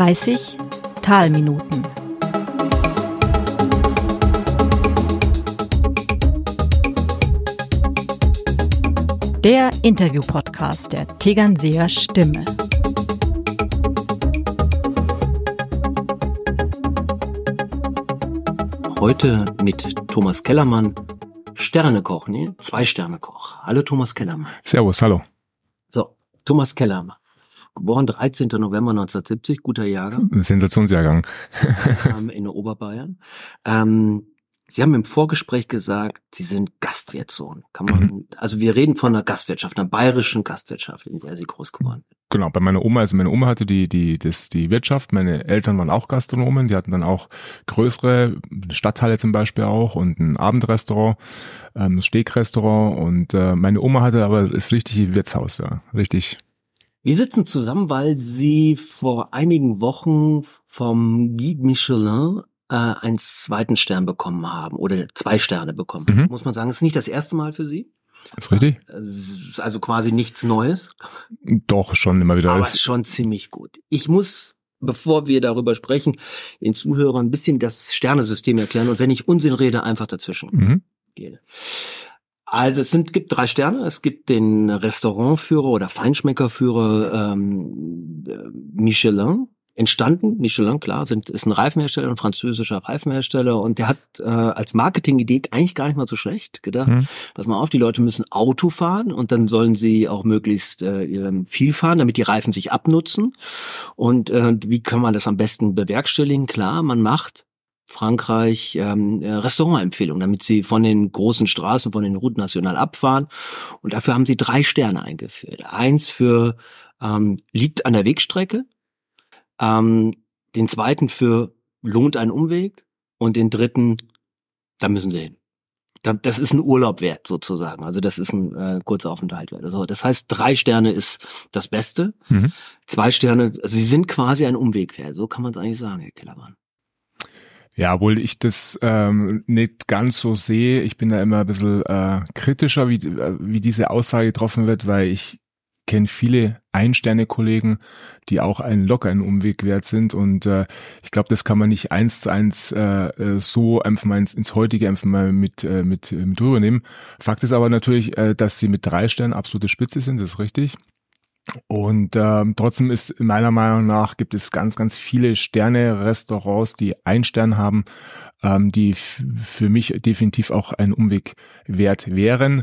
30 Talminuten. Der Interview-Podcast der Tegernseer Stimme. Heute mit Thomas Kellermann, Sternekoch, 2-Sterne-Koch. Hallo Thomas Kellermann. Servus, hallo. So, Thomas Kellermann, geboren 13. November 1970, guter Jahrgang. Sensationsjahrgang. In Oberbayern. Sie haben im Vorgespräch gesagt, Sie sind Gastwirtssohn. Also wir reden von einer Gastwirtschaft, einer bayerischen Gastwirtschaft, in der Sie groß geworden sind. Genau, bei meiner Oma, also meine Oma hatte die Wirtschaft, meine Eltern waren auch Gastronomen, die hatten dann auch größere, eine Stadthalle zum Beispiel auch und ein Abendrestaurant, das Steakrestaurant und meine Oma hatte aber das richtige Wirtshaus, ja, richtig. Wir sitzen zusammen, weil Sie vor einigen Wochen vom Guide Michelin einen 2. Stern bekommen haben oder 2 Sterne bekommen. Muss man sagen, es ist nicht das erste Mal für Sie. Ist richtig? Also quasi nichts Neues. Doch, schon immer wieder. Aber ist schon ziemlich gut. Ich muss, bevor wir darüber sprechen, den Zuhörern ein bisschen das Sternesystem erklären und wenn ich Unsinn rede, einfach dazwischen gehe. Also gibt 3 Sterne. Es gibt den Restaurantführer oder Feinschmeckerführer Michelin. Entstanden, Michelin, klar, ist ein Reifenhersteller, ein französischer Reifenhersteller und der hat als Marketingidee eigentlich gar nicht mal so schlecht gedacht. Pass mal auf, die Leute müssen Auto fahren und dann sollen sie auch möglichst viel fahren, damit die Reifen sich abnutzen. Und wie kann man das am besten bewerkstelligen? Klar, man macht Frankreich Restaurantempfehlungen, damit sie von den großen Straßen, von den Routes Nationales abfahren. Und dafür haben sie 3 Sterne eingeführt. 1 für liegt an der Wegstrecke. Den 2. für lohnt ein Umweg und den 3. da müssen Sie hin. Das ist ein Urlaub wert sozusagen, also das ist ein kurzer Aufenthalt wert. Also das heißt 3 Sterne ist das Beste, 2 Sterne, also sie sind quasi ein Umweg wert, so kann man es eigentlich sagen, Herr Kellermann. Ja, obwohl ich das nicht ganz so sehe, ich bin da immer ein bisschen kritischer, wie diese Aussage getroffen wird, weil ich kenne viele Ein-Sterne-Kollegen, die auch locker einen Umweg wert sind und ich glaube, das kann man nicht 1:1 so einfach mal ins Heutige einfach mal mit rübernehmen. Fakt ist aber natürlich, dass sie mit 3 Sternen absolute Spitze sind, das ist richtig. Und trotzdem ist meiner Meinung nach gibt es ganz, ganz viele Sterne-Restaurants, die 1 Stern haben, die für mich definitiv auch ein Umweg wert wären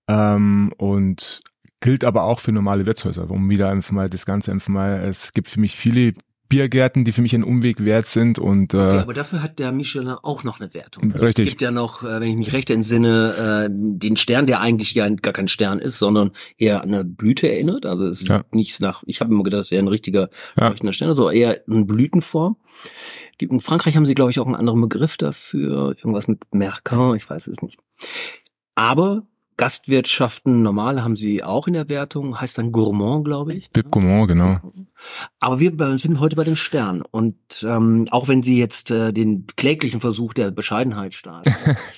und gilt aber auch für normale Wirtshäuser, um wieder einfach mal das Ganze einfach mal, es gibt für mich viele Biergärten, die für mich einen Umweg wert sind und okay, aber dafür hat der Michelin auch noch eine Wertung. Richtig. Es gibt ja noch, wenn ich mich recht entsinne, den Stern, der eigentlich ja gar kein Stern ist, sondern eher an eine Blüte erinnert. Also es ist nichts nach, ich habe immer gedacht, es wäre ein richtiger leuchtender Stern, also eher eine Blütenform. In Frankreich haben sie, glaube ich, auch einen anderen Begriff dafür, irgendwas mit Mercan, ich weiß es nicht. Aber Gastwirtschaften normal haben sie auch in der Wertung, heißt dann Gourmand, glaube ich. Bib Gourmand, genau. Aber wir sind heute bei den Sternen und auch wenn Sie jetzt den kläglichen Versuch der Bescheidenheit starten.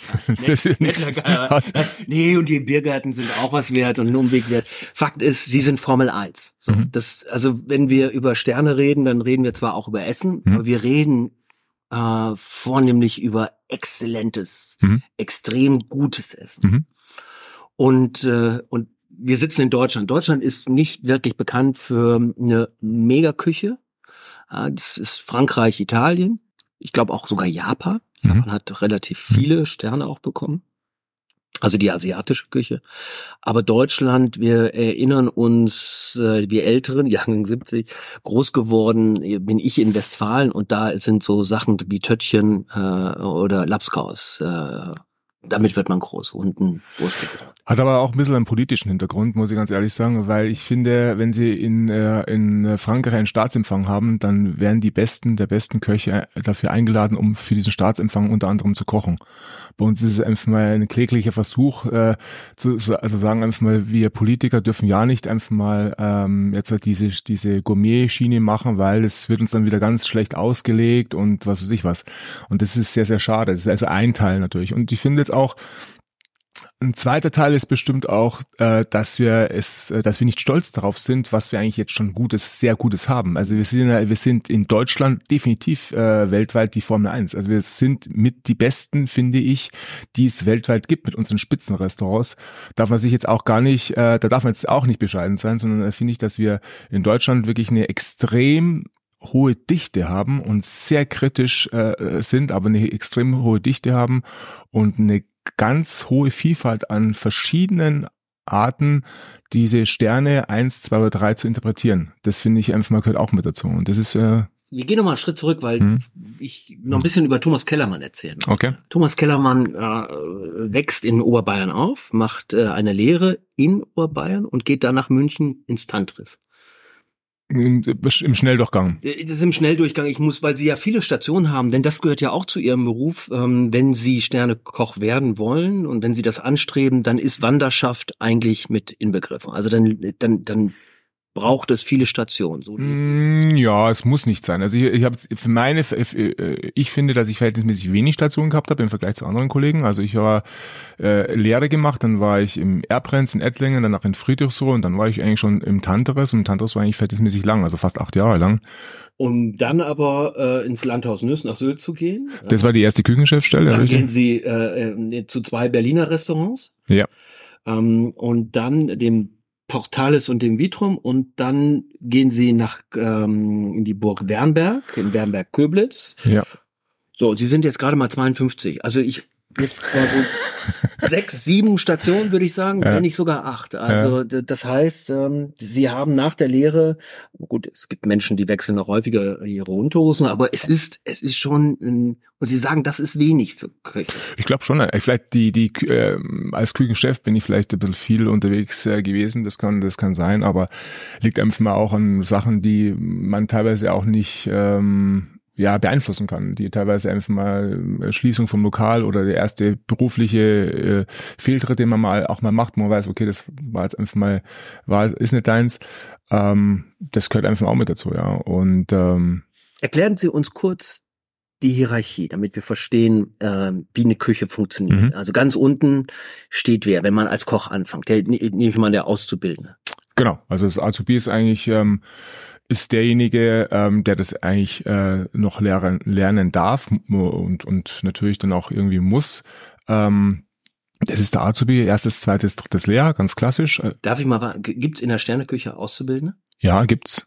Nee, und die Biergärten sind auch was wert und ein Umweg wert. Fakt ist, sie sind Formel 1. So, also wenn wir über Sterne reden, dann reden wir zwar auch über Essen, aber wir reden vornehmlich über exzellentes, extrem gutes Essen. Und wir sitzen in Deutschland. Deutschland ist nicht wirklich bekannt für eine Megaküche. Das ist Frankreich, Italien. Ich glaube auch sogar Japan. Japan hat relativ viele Sterne auch bekommen. Also die asiatische Küche. Aber Deutschland, wir erinnern uns, wir Älteren, Jahrgang 70, groß geworden bin ich in Westfalen und da sind so Sachen wie Töttchen oder Lapskaus. Damit wird man groß, unten Wurst. Hat aber auch ein bisschen einen politischen Hintergrund, muss ich ganz ehrlich sagen, weil ich finde, wenn sie in Frankreich einen Staatsempfang haben, dann werden die der besten Köche dafür eingeladen, um für diesen Staatsempfang unter anderem zu kochen. Bei uns ist es einfach mal ein kläglicher Versuch, also sagen einfach mal, wir Politiker dürfen ja nicht einfach mal jetzt halt diese Gourmet-Schiene machen, weil es wird uns dann wieder ganz schlecht ausgelegt und was weiß ich was. Und das ist sehr, sehr schade. Das ist also ein Teil natürlich. Und ich finde jetzt auch, Ein zweiter Teil ist bestimmt auch, dass wir nicht stolz darauf sind, was wir eigentlich jetzt schon sehr Gutes haben. Also wir sind in Deutschland definitiv weltweit die Formel 1. Also wir sind mit die Besten, finde ich, die es weltweit gibt mit unseren Spitzenrestaurants. Da darf man jetzt auch nicht bescheiden sein, sondern finde ich, dass wir in Deutschland wirklich eine extrem hohe Dichte haben und sehr kritisch sind, aber eine extrem hohe Dichte haben und eine ganz hohe Vielfalt an verschiedenen Arten, diese Sterne 1, 2 oder 3 zu interpretieren. Das finde ich einfach mal gehört auch mit dazu. Und das ist wir gehen nochmal einen Schritt zurück, weil ich noch ein bisschen über Thomas Kellermann erzählen möchte. Okay. Thomas Kellermann wächst in Oberbayern auf, macht eine Lehre in Oberbayern und geht dann nach München ins Tantris. Im Schnelldurchgang. Das ist im Schnelldurchgang. Weil Sie ja viele Stationen haben, denn das gehört ja auch zu Ihrem Beruf. Wenn Sie Sternekoch werden wollen und wenn Sie das anstreben, dann ist Wanderschaft eigentlich mit inbegriffen. Also dann braucht es viele Stationen. So ja, es muss nicht sein. Also ich finde, dass ich verhältnismäßig wenig Stationen gehabt habe im Vergleich zu anderen Kollegen. Also ich habe Lehre gemacht, dann war ich im Erbrenz in Ettlingen, danach in Friedrichsruh und dann war ich eigentlich schon im Tantris und im Tantris war eigentlich verhältnismäßig lang, also fast 8 Jahre lang. Um dann aber ins Landhaus Nüss nach Sylt zu gehen. Das war die erste Küchenchefstelle. Dann gehen Sie zu 2 Berliner Restaurants. Ja. Und dann dem Portales und dem Vitrum und dann gehen Sie in die Burg Wernberg, in Wernberg-Köblitz. Ja. So, Sie sind jetzt gerade mal 52. Also jetzt so 6, 7 Stationen, würde ich sagen, wenn nicht sogar 8. Also das heißt, Sie haben nach der Lehre, gut, es gibt Menschen, die wechseln noch häufiger ihre Unterhosen, aber es ist schon, und Sie sagen, das ist wenig für Köche. Ich glaube schon, vielleicht als Küchenchef bin ich vielleicht ein bisschen viel unterwegs gewesen, das kann sein, aber liegt einfach mal auch an Sachen, die man teilweise auch nicht beeinflussen kann, die teilweise einfach mal Schließung vom Lokal oder der erste berufliche Fehltritt, den man auch mal macht, wo man weiß, okay, das war jetzt einfach mal, ist nicht deins, das gehört einfach auch mit dazu, ja. Und erklären Sie uns kurz die Hierarchie, damit wir verstehen, wie eine Küche funktioniert. Also ganz unten steht wer, wenn man als Koch anfängt, nehme ich mal der Auszubildende. Genau, also das Azubi ist eigentlich ist derjenige, der das eigentlich noch lernen darf und natürlich dann auch irgendwie muss. Das ist der Azubi, erstes, zweites, drittes Lehrjahr, ganz klassisch. Darf ich mal, gibt's in der Sterneküche Auszubildende? Ja, gibt's.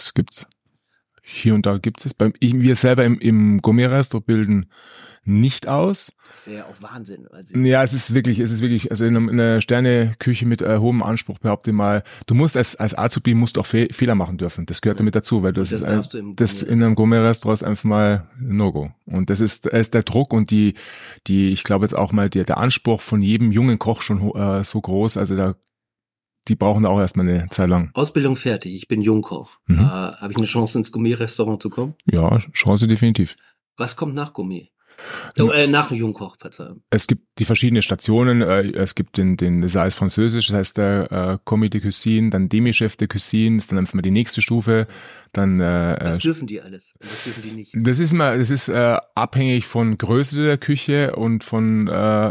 Hier und da gibt es. Wir selber im Gourmet-Restaurant bilden nicht aus. Das wäre ja auch Wahnsinn. Ja, es ist wirklich, also in einer Sterneküche mit hohem Anspruch, behaupte ich mal, du musst als Azubi musst auch Fehler machen dürfen. Das gehört damit dazu, weil das in einem Gourmet-Restaurant ist einfach mal No-Go. Und das ist der Druck und ich glaube jetzt auch mal, der Anspruch von jedem jungen Koch schon so groß, also die brauchen da auch erstmal eine Zeit lang. Ausbildung fertig, ich bin Jungkoch. Habe ich eine Chance, ins Gourmet-Restaurant zu kommen? Ja, Chance definitiv. Was kommt nach Gourmet? Nach Jungkoch, Verzeihung. Es gibt die verschiedenen Stationen. Es gibt das heißt Französisch, das heißt der Commis de Cuisine, dann Demi-Chef de Cuisine, ist dann einfach mal die nächste Stufe. Dann was dürfen die alles? Was dürfen die nicht? Das ist abhängig von Größe der Küche und von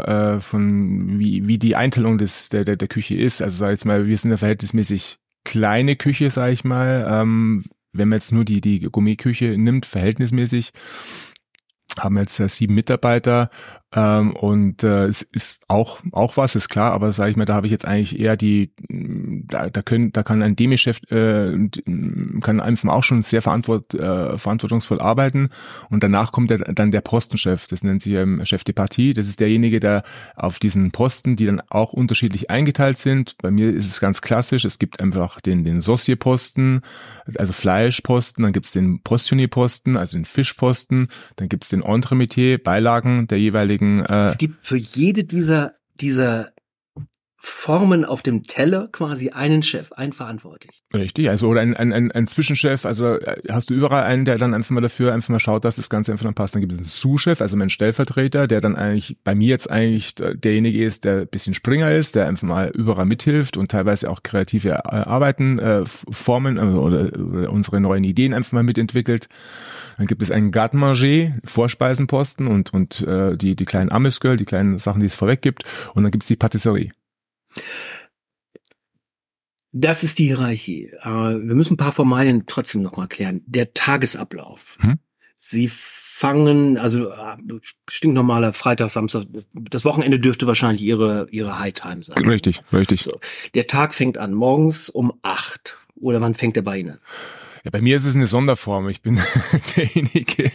wie die Einteilung der Küche ist. Also sag ich jetzt mal, wir sind eine verhältnismäßig kleine Küche, sage ich mal. Wenn man jetzt nur die Gourmet-Küche nimmt, verhältnismäßig, haben jetzt 7 Mitarbeiter und es ist auch was, ist klar, aber sage ich mal, da habe ich jetzt eigentlich eher da kann ein Demi-Chef kann einfach auch schon sehr verantwortungsvoll arbeiten und danach kommt dann der Postenchef, das nennt sich Chef de Partie, das ist derjenige, der auf diesen Posten, die dann auch unterschiedlich eingeteilt sind. Bei mir ist es ganz klassisch, es gibt einfach den Saucier-Posten, also Fleischposten, dann gibt es den Postillonnier-Posten, also den Fischposten, dann gibt es den Entremetier, Beilagen der jeweiligen. Es gibt für jede dieser formen auf dem Teller quasi einen Chef, einen Verantwortlichen. Richtig, also oder ein Zwischenchef, also hast du überall einen, der dann einfach mal schaut, dass das Ganze einfach dann passt. Dann gibt es einen Sous-Chef, also meinen Stellvertreter, der dann eigentlich bei mir jetzt eigentlich derjenige ist, der ein bisschen Springer ist, der einfach mal überall mithilft und teilweise auch kreative Arbeiten formen oder unsere neuen Ideen einfach mal mitentwickelt. Dann gibt es einen Garde-Manger, Vorspeisenposten und die kleinen Amüsgöl, die kleinen Sachen, die es vorweg gibt. Und dann gibt es die Patisserie. Das ist die Hierarchie. Wir müssen ein paar Formalien trotzdem noch mal klären. Der Tagesablauf. Sie fangen, also stinknormaler Freitag, Samstag, das Wochenende dürfte wahrscheinlich ihre High-Time sein. Richtig. So. Der Tag fängt an morgens um 8. Oder wann fängt der bei Ihnen an? Ja, bei mir ist es eine Sonderform. Ich bin derjenige,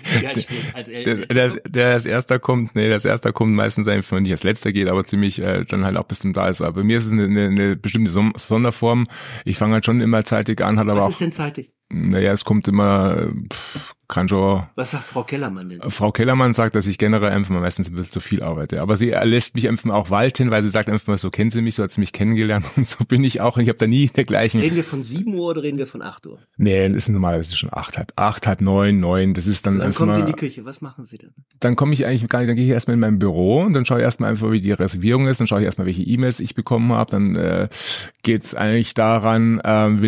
der als erster kommt. Nee, als erster kommt meistens einfach, wenn nicht als letzter geht, aber ziemlich dann halt auch bis zum da ist. Aber bei mir ist es eine bestimmte Sonderform. Ich fange halt schon immer zeitig an, aber auch. Was ist denn zeitig? Naja, es kommt immer, kann schon. Was sagt Frau Kellermann denn? Frau Kellermann sagt, dass ich generell einfach mal meistens ein bisschen zu viel arbeite. Aber sie lässt mich einfach mal auch walten, weil sie sagt einfach mal, so kennen sie mich, so hat sie mich kennengelernt und so bin ich auch. Und ich habe da nie dergleichen. Reden wir von 7 Uhr oder reden wir von 8 Uhr? Nee, das ist normalerweise schon 8, halb 9. Das ist dann einfach kommen mal. Sie in die Küche, was machen Sie denn? Dann komme ich eigentlich gar nicht, dann gehe ich erstmal in mein Büro und dann schaue ich erstmal einfach, wie die Reservierung ist, dann schaue ich erstmal, welche E-Mails ich bekommen habe, dann geht's eigentlich daran, habe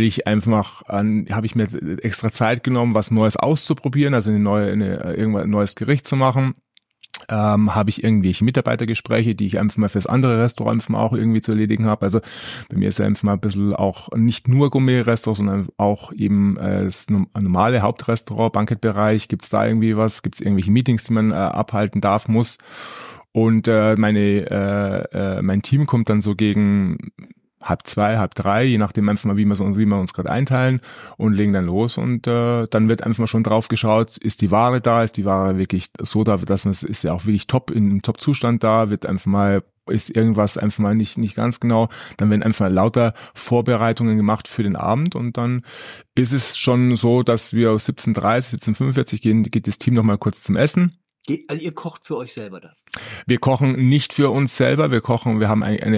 ich mir extra Zeit genommen, was Neues auszuprobieren, also irgendwann ein neues Gericht zu machen. Habe ich irgendwelche Mitarbeitergespräche, die ich einfach mal fürs andere Restaurant einfach mal auch irgendwie zu erledigen habe. Also bei mir ist ja einfach mal ein bisschen auch nicht nur Gourmet-Restaurant, sondern auch eben das normale Hauptrestaurant, Bankettbereich. Gibt's da irgendwie was? Gibt's irgendwelche Meetings, die man abhalten darf, muss? Und mein Team kommt dann so gegen 1:30, 1:30, je nachdem einfach mal, wie wir uns gerade einteilen und legen dann los und dann wird einfach mal schon drauf geschaut, ist die Ware da, ist die Ware wirklich so da, dass es ist ja auch wirklich im Top-Zustand da, wird einfach mal, ist irgendwas einfach mal nicht ganz genau, dann werden einfach lauter Vorbereitungen gemacht für den Abend und dann ist es schon so, dass wir 17:30, 17:45 geht das Team nochmal kurz zum Essen. Also ihr kocht für euch selber dann? Wir kochen nicht für uns selber, wir haben eine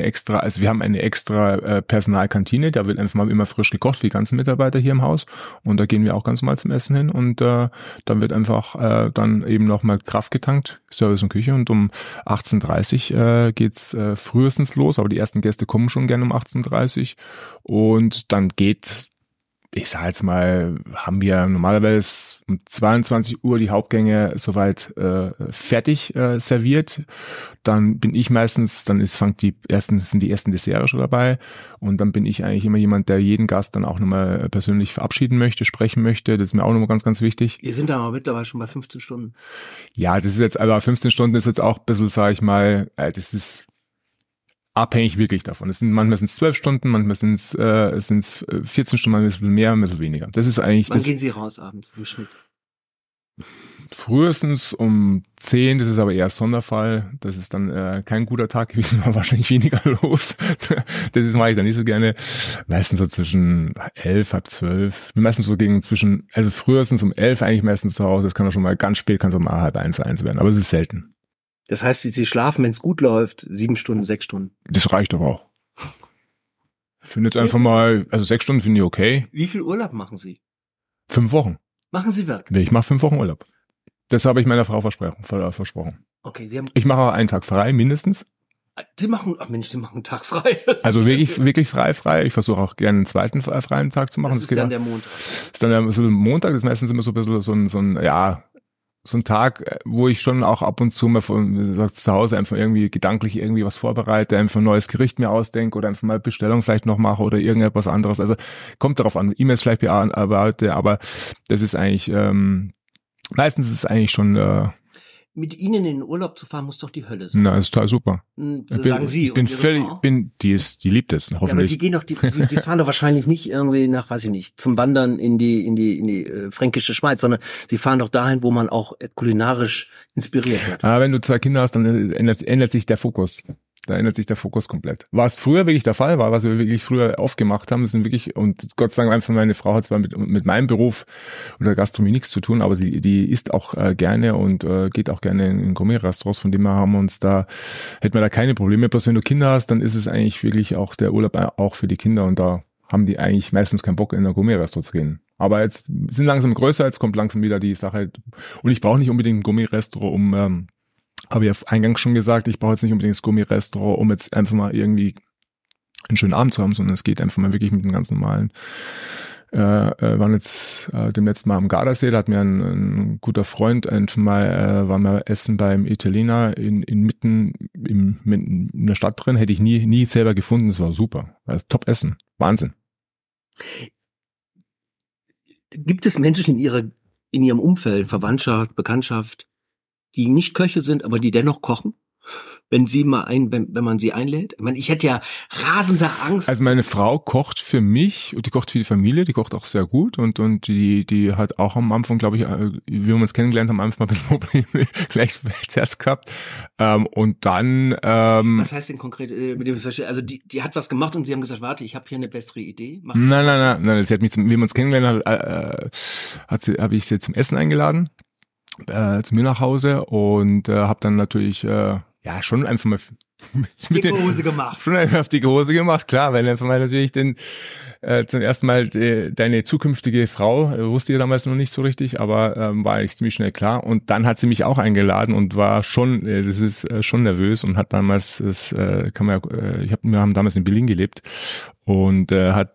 extra Personalkantine, da wird einfach mal immer frisch gekocht für die ganzen Mitarbeiter hier im Haus und da gehen wir auch ganz normal zum Essen hin und dann wird einfach dann eben nochmal Kraft getankt, Service und Küche und um 18:30 geht's frühestens los, aber die ersten Gäste kommen schon gerne um 18:30 und dann ich sag jetzt mal, haben wir normalerweise um 22 Uhr die Hauptgänge soweit fertig serviert. Dann bin ich meistens, sind die ersten Desserts schon dabei und dann bin ich eigentlich immer jemand, der jeden Gast dann auch nochmal persönlich verabschieden möchte, sprechen möchte. Das ist mir auch nochmal ganz, ganz wichtig. Wir sind da aber mittlerweile schon bei 15 Stunden. Ja, das ist jetzt, aber 15 Stunden ist jetzt auch ein bisschen, sag ich mal, das ist abhängig wirklich davon. Manchmal sind es 12 Stunden, manchmal sind es 14 Stunden, manchmal ein bisschen mehr, ein bisschen weniger. Das ist eigentlich Wann gehen Sie raus abends im Schnitt? Frühestens um 10, das ist aber eher Sonderfall. Das ist dann kein guter Tag gewesen, war wahrscheinlich weniger los. Das mache ich dann nicht so gerne. Meistens so zwischen 11, halb 12. Meistens so also frühestens um 11 eigentlich meistens zu Hause. Das kann auch schon mal ganz spät, kann es auch mal 1:30 werden, aber es ist selten. Das heißt, Sie schlafen, wenn es gut läuft, 7 Stunden, 6 Stunden. Das reicht aber auch. Ich finde jetzt einfach mal, also 6 Stunden finde ich okay. Wie viel Urlaub machen Sie? 5 Wochen. Machen Sie wirklich? Ich mache 5 Wochen Urlaub. Das habe ich meiner Frau versprochen. Okay, ich mache auch einen Tag frei, mindestens. Sie machen einen Tag frei. Also wirklich frei. Ich versuche auch gerne einen zweiten freien Tag zu machen. Das ist dann der Montag. Das ist dann so Montag, das ist meistens immer so ein bisschen so ein Tag, wo ich schon auch ab und zu mal zu Hause einfach irgendwie gedanklich irgendwie was vorbereite, einfach ein neues Gericht mir ausdenke oder einfach mal Bestellung vielleicht noch mache oder irgendetwas anderes. Also kommt darauf an, E-Mails vielleicht bearbeite, aber das ist eigentlich, meistens ist es eigentlich schon mit Ihnen in den Urlaub zu fahren, muss doch die Hölle sein. Na, ist total super. Sagen Sie. Die liebt es, hoffentlich. Ja, aber Sie gehen doch, Sie fahren doch wahrscheinlich nicht irgendwie nach, weiß ich nicht, zum Wandern in die fränkische Schweiz, sondern Sie fahren doch dahin, wo man auch kulinarisch inspiriert wird. Aber wenn du 2 Kinder hast, dann ändert sich der Fokus. Da ändert sich der Fokus komplett. Was früher wirklich der Fall war, was wir wirklich früher aufgemacht haben, sind wirklich, und Gott sei Dank einfach meine Frau hat zwar mit meinem Beruf oder Gastronomie nichts zu tun, aber die isst auch gerne und geht auch gerne in Gourmet-Restaurants, von dem her hätten wir da keine Probleme. Bloß wenn du Kinder hast, dann ist es eigentlich wirklich auch der Urlaub auch für die Kinder und da haben die eigentlich meistens keinen Bock, in ein Gourmet-Restaurant zu gehen. Aber jetzt sind langsam größer, jetzt kommt langsam wieder die Sache. Und ich brauche nicht unbedingt ein Gourmet-Restaurant, habe ich ja eingangs schon gesagt, ich brauche jetzt nicht unbedingt das Gourmet-Restaurant, um jetzt einfach mal irgendwie einen schönen Abend zu haben, sondern es geht einfach mal wirklich mit einem ganz normalen. Waren jetzt dem letzten Mal am Gardasee, da hat mir ein guter Freund einfach mal, waren wir essen beim Italiener mitten in der Stadt drin, hätte ich nie selber gefunden, es war super, war top Essen, Wahnsinn. Gibt es Menschen in ihrem Umfeld, Verwandtschaft, Bekanntschaft, die nicht Köche sind, aber die dennoch kochen? Wenn man sie einlädt? Ich meine, ich hätte ja rasende Angst. Also meine Frau kocht für mich und die kocht für die Familie, die kocht auch sehr gut und die hat auch am Anfang, glaube ich, wie wir uns kennengelernt haben, am Anfang ein bisschen Probleme gleich zuerst gehabt. Und dann was heißt denn konkret mit dem Verstehen? Also die hat was gemacht und sie haben gesagt, warte, ich habe hier eine bessere Idee. Nein, sie hat mich, wie wir uns kennengelernt haben, habe ich sie zum Essen eingeladen. Zu mir nach Hause und habe dann natürlich schon einfach mal dicke Hose gemacht. Schon einfach auf dicke Hose gemacht, klar, weil einfach mal natürlich zum ersten Mal deine zukünftige Frau, wusste ich damals noch nicht so richtig, aber war ich ziemlich schnell klar. Und dann hat sie mich auch eingeladen und war schon, das ist schon nervös und hat damals, wir haben damals in Berlin gelebt und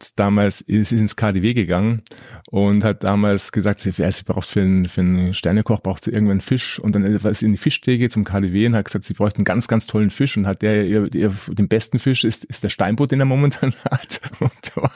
ist ins KaDeWe gegangen und hat damals gesagt, sie braucht für einen Sternekoch braucht sie irgendwann Fisch und dann ist sie in die Fischtheke zum KaDeWe und hat gesagt, sie bräuchte einen ganz, ganz tollen Fisch und hat den besten Fisch ist der Steinbutt, den er momentan hat. Und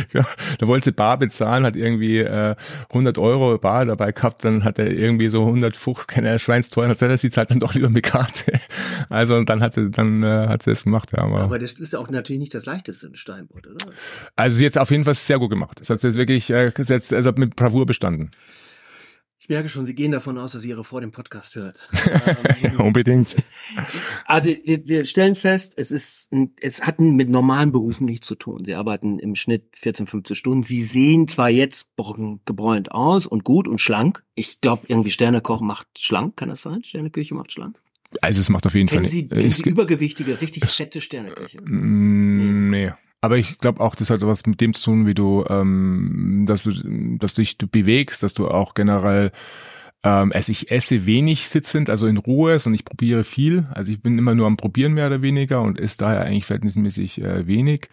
da wollte sie bar bezahlen, hat irgendwie 100 Euro bar dabei gehabt, dann hat er irgendwie so 150, keine Schweinsteuer, hat sie zahlt dann doch lieber mit Karte. Also und dann hat sie das gemacht. Ja, aber das ist auch natürlich nicht das Leichteste, ein Steinbutt, oder? Also sie hat es auf jeden Fall sehr gut gemacht. Das hat sie jetzt wirklich mit Bravour bestanden. Ich merke schon, Sie gehen davon aus, dass Sie Ihre Frau den Podcast hört. Unbedingt. Also wir stellen fest, es hat mit normalen Berufen nichts zu tun. Sie arbeiten im Schnitt 14, 15 Stunden. Sie sehen zwar jetzt gebräunt aus und gut und schlank. Ich glaube, irgendwie Sternekoch macht schlank, kann das sein? Sterneküche macht schlank? Also es macht auf jeden Fall nicht. Kennen Sie übergewichtige, richtig fette Sterneküche? Nee. Aber ich glaube auch, das hat was mit dem zu tun, wie du, dass du dich bewegst, dass du auch generell, ich esse wenig sitzend, also in Ruhe, sondern ich probiere viel. Also ich bin immer nur am Probieren mehr oder weniger und esse daher eigentlich verhältnismäßig wenig.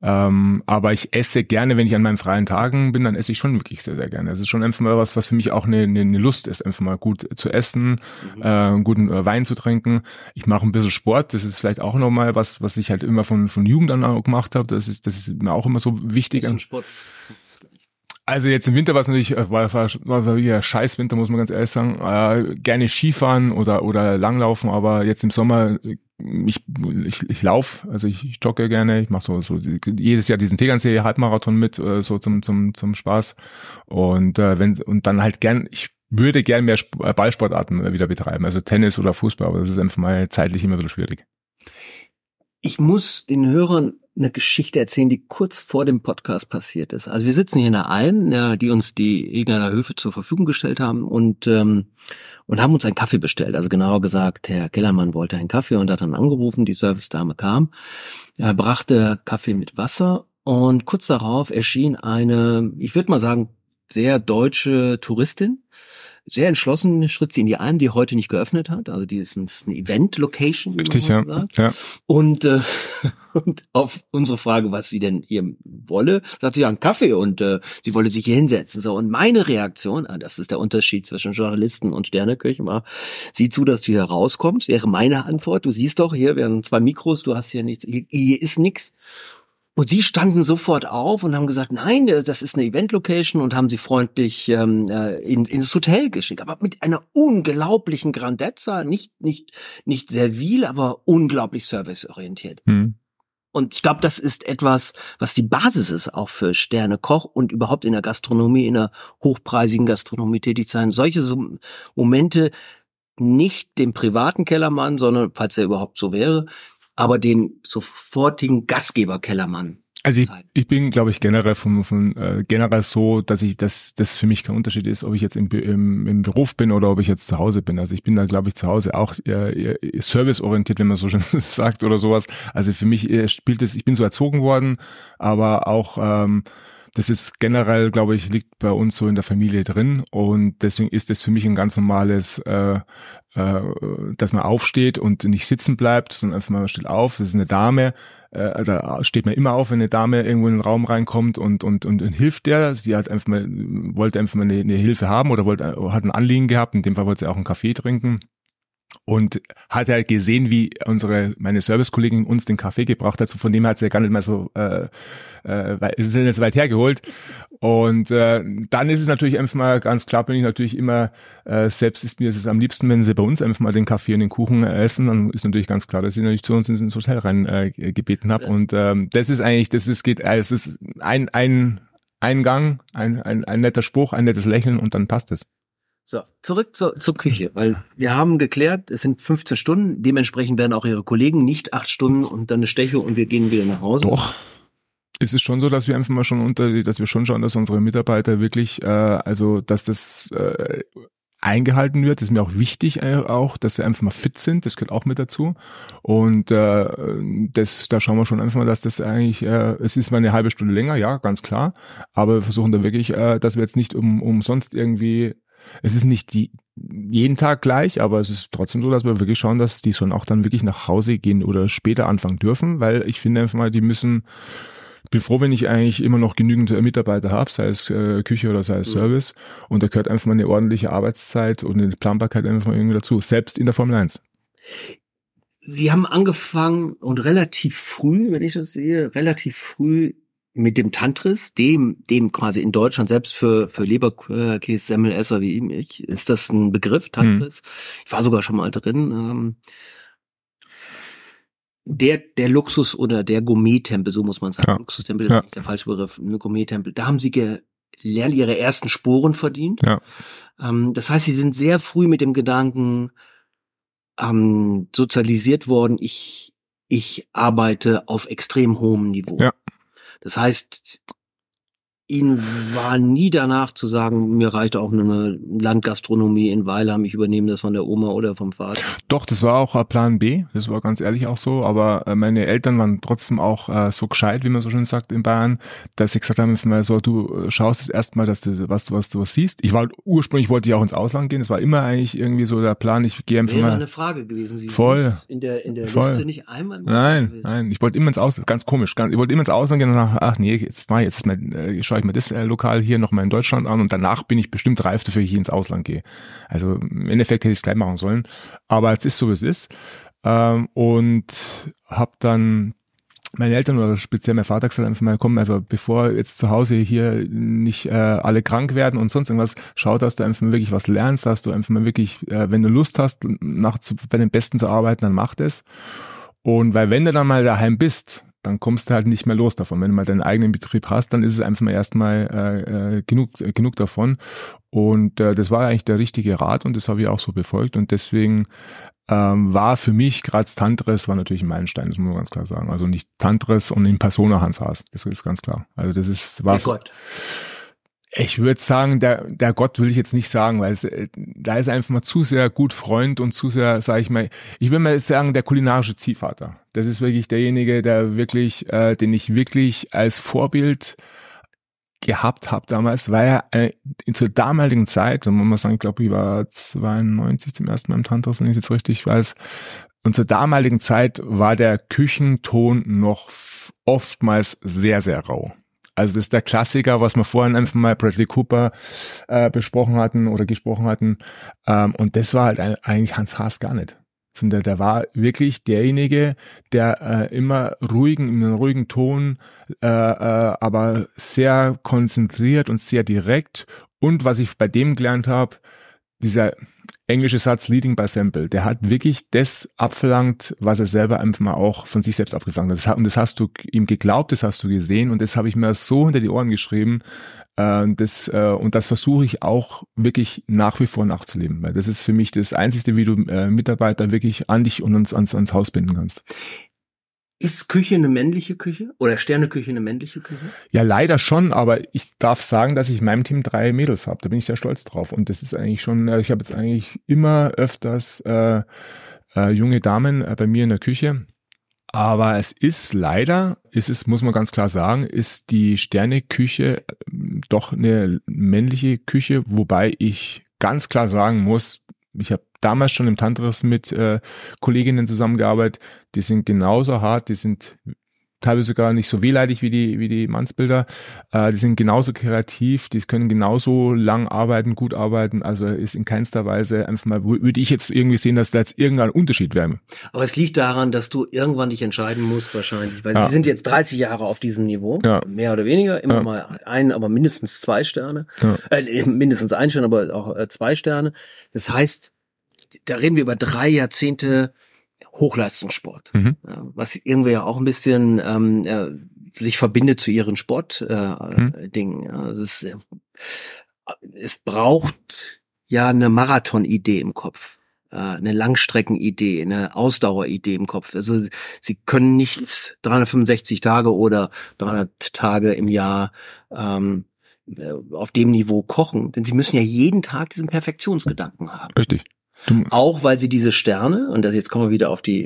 Aber ich esse gerne, wenn ich an meinen freien Tagen bin, dann esse ich schon wirklich sehr, sehr gerne. Es ist schon einfach mal was für mich auch eine Lust ist, einfach mal gut zu essen, guten Wein zu trinken. Ich mache ein bisschen Sport, das ist vielleicht auch nochmal was ich halt immer von Jugend an auch gemacht habe. Das ist mir auch immer so wichtig. Das ist ein Sport. Also jetzt im Winter war es natürlich, war wieder Scheißwinter, muss man ganz ehrlich sagen. Gerne Skifahren oder Langlaufen, aber jetzt im Sommer, ich laufe, also ich jogge gerne, ich mache so jedes Jahr diesen Tegernsee Halbmarathon mit, so zum Spaß. Und dann halt ich würde gern mehr Ballsportarten wieder betreiben, also Tennis oder Fußball, aber das ist einfach mal zeitlich immer ein bisschen schwierig. Ich muss den Hörern eine Geschichte erzählen, die kurz vor dem Podcast passiert ist. Also wir sitzen hier in der Alm, die uns die Egner Höfe zur Verfügung gestellt haben und haben uns einen Kaffee bestellt. Also genauer gesagt, Herr Kellermann wollte einen Kaffee und hat dann angerufen, die Servicedame kam, brachte Kaffee mit Wasser und kurz darauf erschien eine, ich würde mal sagen, sehr deutsche Touristin. Sehr entschlossen schritt sie in die Alm, die heute nicht geöffnet hat. Also die ist eine Event-Location. Richtig, ja. Und auf unsere Frage, was sie denn hier wolle, sagt sie ja einen Kaffee und sie wolle sich hier hinsetzen. So, und meine Reaktion, das ist der Unterschied zwischen Journalisten und Sterneköchen, war, sieh zu, dass du hier rauskommst, wäre meine Antwort. Du siehst doch, hier werden 2 Mikros, du hast hier nichts, hier ist nichts. Und sie standen sofort auf und haben gesagt, nein, das ist eine Event-Location und haben sie freundlich ins Hotel geschickt. Aber mit einer unglaublichen Grandezza, nicht servil, aber unglaublich serviceorientiert. Und ich glaube, das ist etwas, was die Basis ist auch für Sternekoch und überhaupt in der Gastronomie, in der hochpreisigen Gastronomie tätig sein. Solche Momente nicht dem privaten Kellermann, sondern, falls er überhaupt so wäre, aber den sofortigen Gastgeber-Kellermann. Also ich bin, glaube ich, generell generell so, dass das für mich kein Unterschied ist, ob ich jetzt im Beruf bin oder ob ich jetzt zu Hause bin. Also ich bin da, glaube ich, zu Hause auch serviceorientiert, wenn man so schön sagt oder sowas. Also für mich spielt es, ich bin so erzogen worden, aber auch das ist generell, glaube ich, liegt bei uns so in der Familie drin und deswegen ist es für mich ein ganz normales, dass man aufsteht und nicht sitzen bleibt, sondern einfach mal steht auf. Das ist eine Dame, da steht man immer auf, wenn eine Dame irgendwo in den Raum reinkommt und hilft der. Sie hat wollte einfach mal eine Hilfe haben oder hat ein Anliegen gehabt. In dem Fall wollte sie auch einen Kaffee trinken. Und hat halt gesehen, wie meine Servicekollegin uns den Kaffee gebracht hat. So von dem hat sie ja gar nicht mal so, es ist ja nicht so weit hergeholt. Und dann ist es natürlich einfach mal ganz klar, bin ich natürlich immer, selbst ist mir es am liebsten, wenn sie bei uns einfach mal den Kaffee und den Kuchen essen, dann ist natürlich ganz klar, dass ich natürlich zu uns ins Hotel rein gebeten habe. Und das ist eigentlich, es ist ein Gang, ein netter Spruch, ein nettes Lächeln und dann passt es. So, zurück zur Küche, weil wir haben geklärt, es sind 15 Stunden, dementsprechend werden auch Ihre Kollegen nicht 8 Stunden und dann eine Steche und wir gehen wieder nach Hause. Doch. Es ist schon so, dass wir einfach mal dass wir schon schauen, dass unsere Mitarbeiter wirklich, dass das eingehalten wird. Das ist mir auch wichtig, auch, dass sie einfach mal fit sind. Das gehört auch mit dazu. Und da schauen wir schon einfach mal, dass das eigentlich, es ist mal eine halbe Stunde länger, ja, ganz klar. Aber wir versuchen da wirklich, dass wir jetzt nicht umsonst irgendwie. Es ist nicht jeden Tag gleich, aber es ist trotzdem so, dass wir wirklich schauen, dass die schon auch dann wirklich nach Hause gehen oder später anfangen dürfen, weil ich finde einfach mal, ich bin froh, wenn ich eigentlich immer noch genügend Mitarbeiter habe, sei es Küche oder sei es Service, und da gehört einfach mal eine ordentliche Arbeitszeit und eine Planbarkeit einfach mal irgendwie dazu, selbst in der Formel 1. Sie haben angefangen und relativ früh, wenn ich das sehe, mit dem Tantris, dem quasi in Deutschland selbst für Leberkäse-Semmelesser wie ich, ist das ein Begriff, Tantris? Ich war sogar schon mal drin. Der Luxus oder der Gourmet-Tempel, so muss man sagen. Ja. Luxustempel ist nicht der falsche Begriff, ein Gourmet-Tempel. Da haben Sie gelernt, Ihre ersten Sporen verdient. Ja. Das heißt, Sie sind sehr früh mit dem Gedanken sozialisiert worden, ich arbeite auf extrem hohem Niveau. Ja. Das heißt, Ihnen war nie danach zu sagen, mir reicht auch eine Landgastronomie in Weilheim, ich übernehme das von der Oma oder vom Vater. Doch, das war auch Plan B, das war ganz ehrlich auch so, aber meine Eltern waren trotzdem auch so gescheit, wie man so schön sagt in Bayern, dass sie gesagt haben, so, du schaust jetzt erstmal, dass du was siehst. Ursprünglich wollte ich auch ins Ausland gehen, das war immer eigentlich irgendwie so der Plan, ich gehe einfach mal. Wäre eine Frage gewesen, Sie voll, sind in der Liste nicht einmal. Nein, ich wollte immer ins Ausland, ganz komisch, ich wollte immer ins Ausland gehen und nach, ach nee, jetzt schaue ich mir das Lokal hier nochmal in Deutschland an und danach bin ich bestimmt reif dafür, ich ins Ausland gehe. Also im Endeffekt hätte ich es gleich machen sollen, aber es ist so, wie es ist. Und habe dann meine Eltern oder speziell mein Vater gesagt, einfach mal, komm, also bevor jetzt zu Hause hier nicht alle krank werden und sonst irgendwas, schau, dass du einfach mal wirklich was lernst, dass du einfach mal wirklich, wenn du Lust hast, bei den Besten zu arbeiten, dann mach das. Und weil wenn du dann mal daheim bist, dann kommst du halt nicht mehr los davon. Wenn du mal deinen eigenen Betrieb hast, dann ist es einfach mal erstmal genug davon. Und das war eigentlich der richtige Rat und das habe ich auch so befolgt. Und deswegen war für mich gerade Tantris war natürlich ein Meilenstein, das muss man ganz klar sagen. Also nicht Tantris und in Persona Hans Haas, das ist ganz klar. Also das war... Gott. Ich würde sagen, der Gott will ich jetzt nicht sagen, weil da ist einfach mal zu sehr gut Freund und zu sehr, sage ich mal, ich will mal sagen, der kulinarische Ziehvater. Das ist wirklich derjenige, der wirklich, den ich wirklich als Vorbild gehabt habe damals, weil er zur damaligen Zeit, und man muss sagen, ich glaube, ich war 92 zum ersten Mal im Tantris, wenn ich es jetzt richtig weiß, und zur damaligen Zeit war der Küchenton noch oftmals sehr, sehr rau. Also das ist der Klassiker, was wir vorhin einfach mal Bradley Cooper gesprochen hatten. Und das war halt eigentlich Hans Haas gar nicht. Der war wirklich derjenige, der immer in einem ruhigen Ton, aber sehr konzentriert und sehr direkt. Und was ich bei dem gelernt habe, dieser englische Satz Leading by Sample, der hat wirklich das abverlangt, was er selber einfach mal auch von sich selbst abgefangen hat. Und das hast du ihm geglaubt, das hast du gesehen und das habe ich mir so hinter die Ohren geschrieben. Und das versuche ich auch wirklich nach wie vor nachzuleben, weil das ist für mich das Einzige, wie du Mitarbeiter wirklich an dich und ans Haus binden kannst. Ist Küche eine männliche Küche oder Sterneküche eine männliche Küche? Ja, leider schon, aber ich darf sagen, dass ich in meinem Team 3 Mädels habe. Da bin ich sehr stolz drauf. Und das ist eigentlich schon, ich habe jetzt eigentlich immer öfters junge Damen bei mir in der Küche. Aber es ist leider, muss man ganz klar sagen, ist die Sterneküche doch eine männliche Küche, wobei ich ganz klar sagen muss, ich habe damals schon im Tantris mit Kolleginnen zusammengearbeitet, die sind genauso hart, die sind teilweise gar nicht so wehleidig wie die Mannsbilder, die sind genauso kreativ, die können genauso lang arbeiten, gut arbeiten, also ist in keinster Weise einfach mal, würde ich jetzt irgendwie sehen, dass da jetzt irgendein Unterschied wäre. Aber es liegt daran, dass du irgendwann dich entscheiden musst wahrscheinlich, weil sie sind jetzt 30 Jahre auf diesem Niveau, mehr oder weniger, immer mal aber mindestens 2 Sterne, mindestens 1 Stern, aber auch 2 Sterne. Das heißt, da reden wir über 3 Jahrzehnte Hochleistungssport, was irgendwie ja auch ein bisschen sich verbindet zu ihren Sportdingen. Es braucht ja eine Marathon-Idee im Kopf, eine Langstrecken-Idee, eine Ausdauer-Idee im Kopf. Also sie können nicht 365 Tage oder 300 Tage im Jahr auf dem Niveau kochen, denn sie müssen ja jeden Tag diesen Perfektionsgedanken haben. Richtig. Auch weil sie diese Sterne, und jetzt kommen wir wieder auf die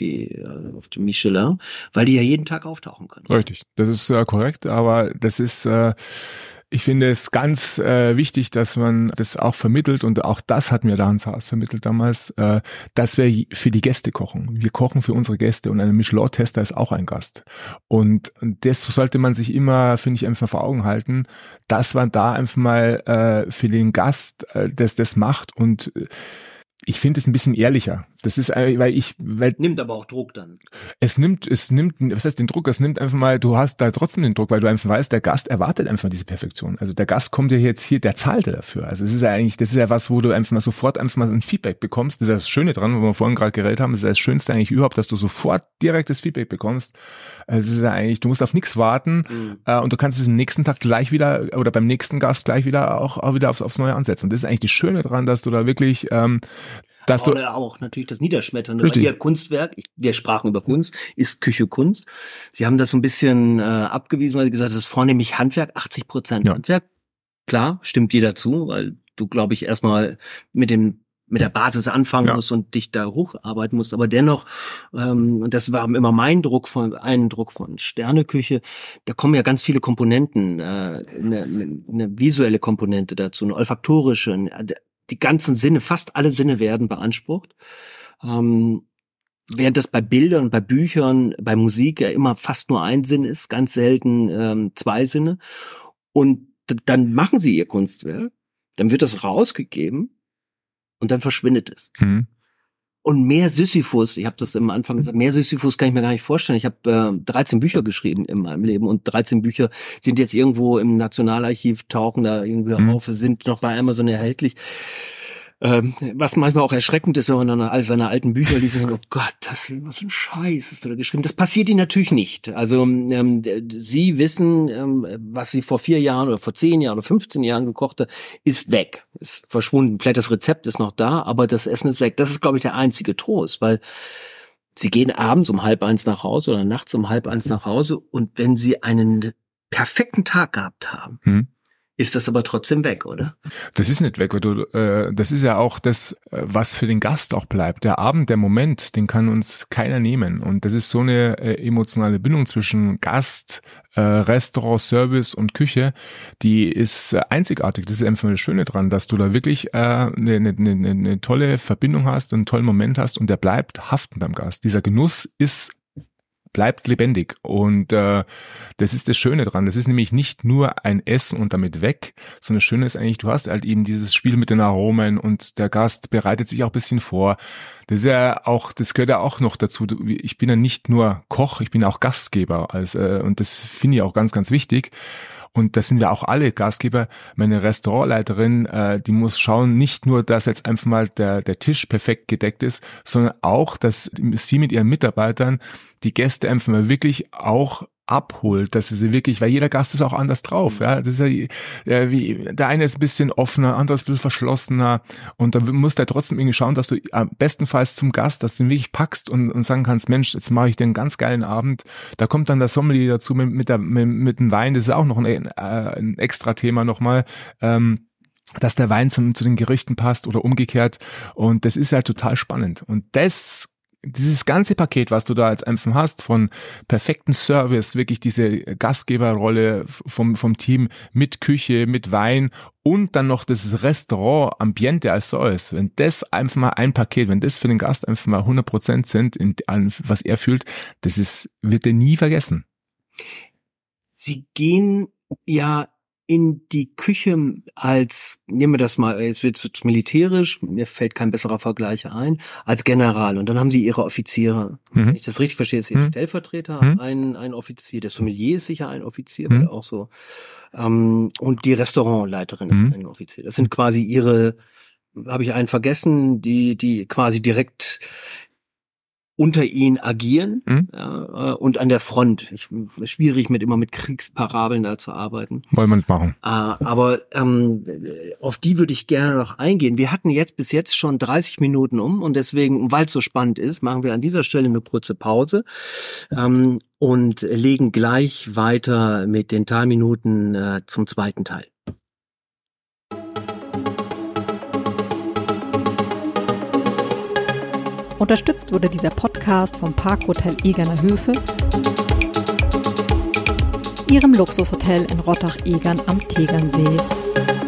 Michelin, weil die ja jeden Tag auftauchen können. Richtig, das ist korrekt, aber das ist, ich finde es ganz wichtig, dass man das auch vermittelt, und auch das hat mir der Hans Haas vermittelt damals, dass wir für die Gäste kochen. Wir kochen für unsere Gäste, und ein Michelin-Tester ist auch ein Gast. Und das sollte man sich immer, finde ich, einfach vor Augen halten, dass man da einfach mal für den Gast das macht, und ich finde es ein bisschen ehrlicher. Das ist, nimmt aber auch Druck dann. Es nimmt, was heißt den Druck? Es nimmt einfach mal, du hast da trotzdem den Druck, weil du einfach weißt, der Gast erwartet einfach diese Perfektion. Also der Gast kommt ja jetzt hier, der zahlt ja dafür. Also es ist ja eigentlich, das ist ja was, wo du einfach mal sofort einfach mal so ein Feedback bekommst. Das ist ja das Schöne dran, wo wir vorhin gerade geredet haben. Das ist ja das Schönste eigentlich überhaupt, dass du sofort direktes Feedback bekommst. Also es ist ja eigentlich, du musst auf nichts warten, und du kannst es am nächsten Tag gleich wieder, oder beim nächsten Gast gleich wieder auch wieder aufs Neue ansetzen. Das ist eigentlich das Schöne dran, dass du da wirklich, dass du auch natürlich das Niederschmetternde. Ihr Kunstwerk, wir sprachen über Kunst, ist Küche Kunst. Sie haben das so ein bisschen abgewiesen, weil Sie gesagt haben, das ist vornehmlich Handwerk, 80% Handwerk. Klar, stimmt jeder zu, weil du, glaube ich, erstmal mit der Basis anfangen musst und dich da hocharbeiten musst. Aber dennoch, und das war immer mein Eindruck von Sterneküche, da kommen ja ganz viele Komponenten, eine visuelle Komponente dazu, eine olfaktorische, die ganzen Sinne, fast alle Sinne werden beansprucht. Während das bei Bildern, bei Büchern, bei Musik ja immer fast nur ein Sinn ist, ganz selten 2 Sinne. Und dann machen sie ihr Kunstwerk, dann wird das rausgegeben und dann verschwindet es. Und mehr Sisyphus, ich habe das am Anfang gesagt, mehr Sisyphus kann ich mir gar nicht vorstellen. Ich habe 13 Bücher geschrieben in meinem Leben, und 13 Bücher sind jetzt irgendwo im Nationalarchiv, tauchen da irgendwie auf, sind noch bei Amazon erhältlich. Was manchmal auch erschreckend ist, wenn man dann all seine alten Bücher liest und denkt, oh Gott, was für ein Scheiß ist da geschrieben. Das passiert ihnen natürlich nicht. Also sie wissen, was sie vor 4 Jahren oder vor 10 Jahren oder 15 Jahren gekocht hat, ist weg, ist verschwunden. Vielleicht das Rezept ist noch da, aber das Essen ist weg. Das ist, glaube ich, der einzige Trost, weil sie gehen abends um 12:30 nach Hause oder nachts um 12:30 nach Hause, und wenn sie einen perfekten Tag gehabt haben, ist das aber trotzdem weg, oder? Das ist nicht weg, weil das ist ja auch das, was für den Gast auch bleibt. Der Abend, der Moment, den kann uns keiner nehmen. Und das ist so eine emotionale Bindung zwischen Gast, Restaurant, Service und Küche, die ist einzigartig. Das ist einfach das Schöne dran, dass du da wirklich eine tolle Verbindung hast, einen tollen Moment hast, und der bleibt haften beim Gast. Dieser Genuss bleibt lebendig, und das ist das Schöne dran. Das ist nämlich nicht nur ein Essen und damit weg, sondern das Schöne ist eigentlich, du hast halt eben dieses Spiel mit den Aromen, und der Gast bereitet sich auch ein bisschen vor. Das ist ja auch, das gehört ja auch noch dazu. Ich bin ja nicht nur Koch, ich bin auch Gastgeber, und das finde ich auch ganz, ganz wichtig. Und das sind wir auch alle Gastgeber. Meine Restaurantleiterin, die muss schauen, nicht nur, dass jetzt einfach mal der Tisch perfekt gedeckt ist, sondern auch, dass sie mit ihren Mitarbeitern die Gäste einfach mal wirklich auch abholt, dass sie wirklich, weil jeder Gast ist auch anders drauf, ja, das ist ja wie, der eine ist ein bisschen offener, andere ist ein bisschen verschlossener und da musst du ja trotzdem irgendwie schauen, dass du bestenfalls zum Gast, dass du ihn wirklich packst und sagen kannst, Mensch, jetzt mache ich dir einen ganz geilen Abend, da kommt dann der Sommelier dazu mit dem Wein, das ist auch noch ein extra Thema nochmal, dass der Wein zu den Gerichten passt oder umgekehrt und das ist ja total spannend und dieses ganze Paket, was du da jetzt einfach hast, von perfektem Service, wirklich diese Gastgeberrolle vom Team mit Küche, mit Wein und dann noch das Restaurant-Ambiente als solches, wenn das einfach mal ein Paket, wenn das für den Gast einfach mal 100% sind, was er fühlt, wird er nie vergessen. Sie gehen ja in die Küche nehmen wir das mal, jetzt wird es militärisch, mir fällt kein besserer Vergleich ein, als General. Und dann haben Sie Ihre Offiziere. Wenn ich das richtig verstehe, ist Ihr Stellvertreter, ein Offizier, der Sommelier ist sicher ein Offizier, weil auch so. Und die Restaurantleiterin ist ein Offizier. Das sind quasi habe ich einen vergessen, die quasi direkt unter ihnen agieren und an der Front. Schwierig immer mit Kriegsparabeln da zu arbeiten. Wollen wir nicht machen. Aber auf die würde ich gerne noch eingehen. Wir hatten bis jetzt schon 30 Minuten und deswegen, weil es so spannend ist, machen wir an dieser Stelle eine kurze Pause und legen gleich weiter mit den Talminuten zum zweiten Teil. Unterstützt wurde dieser Podcast vom Parkhotel Egerner Höfe, Ihrem Luxushotel in Rottach-Egern am Tegernsee.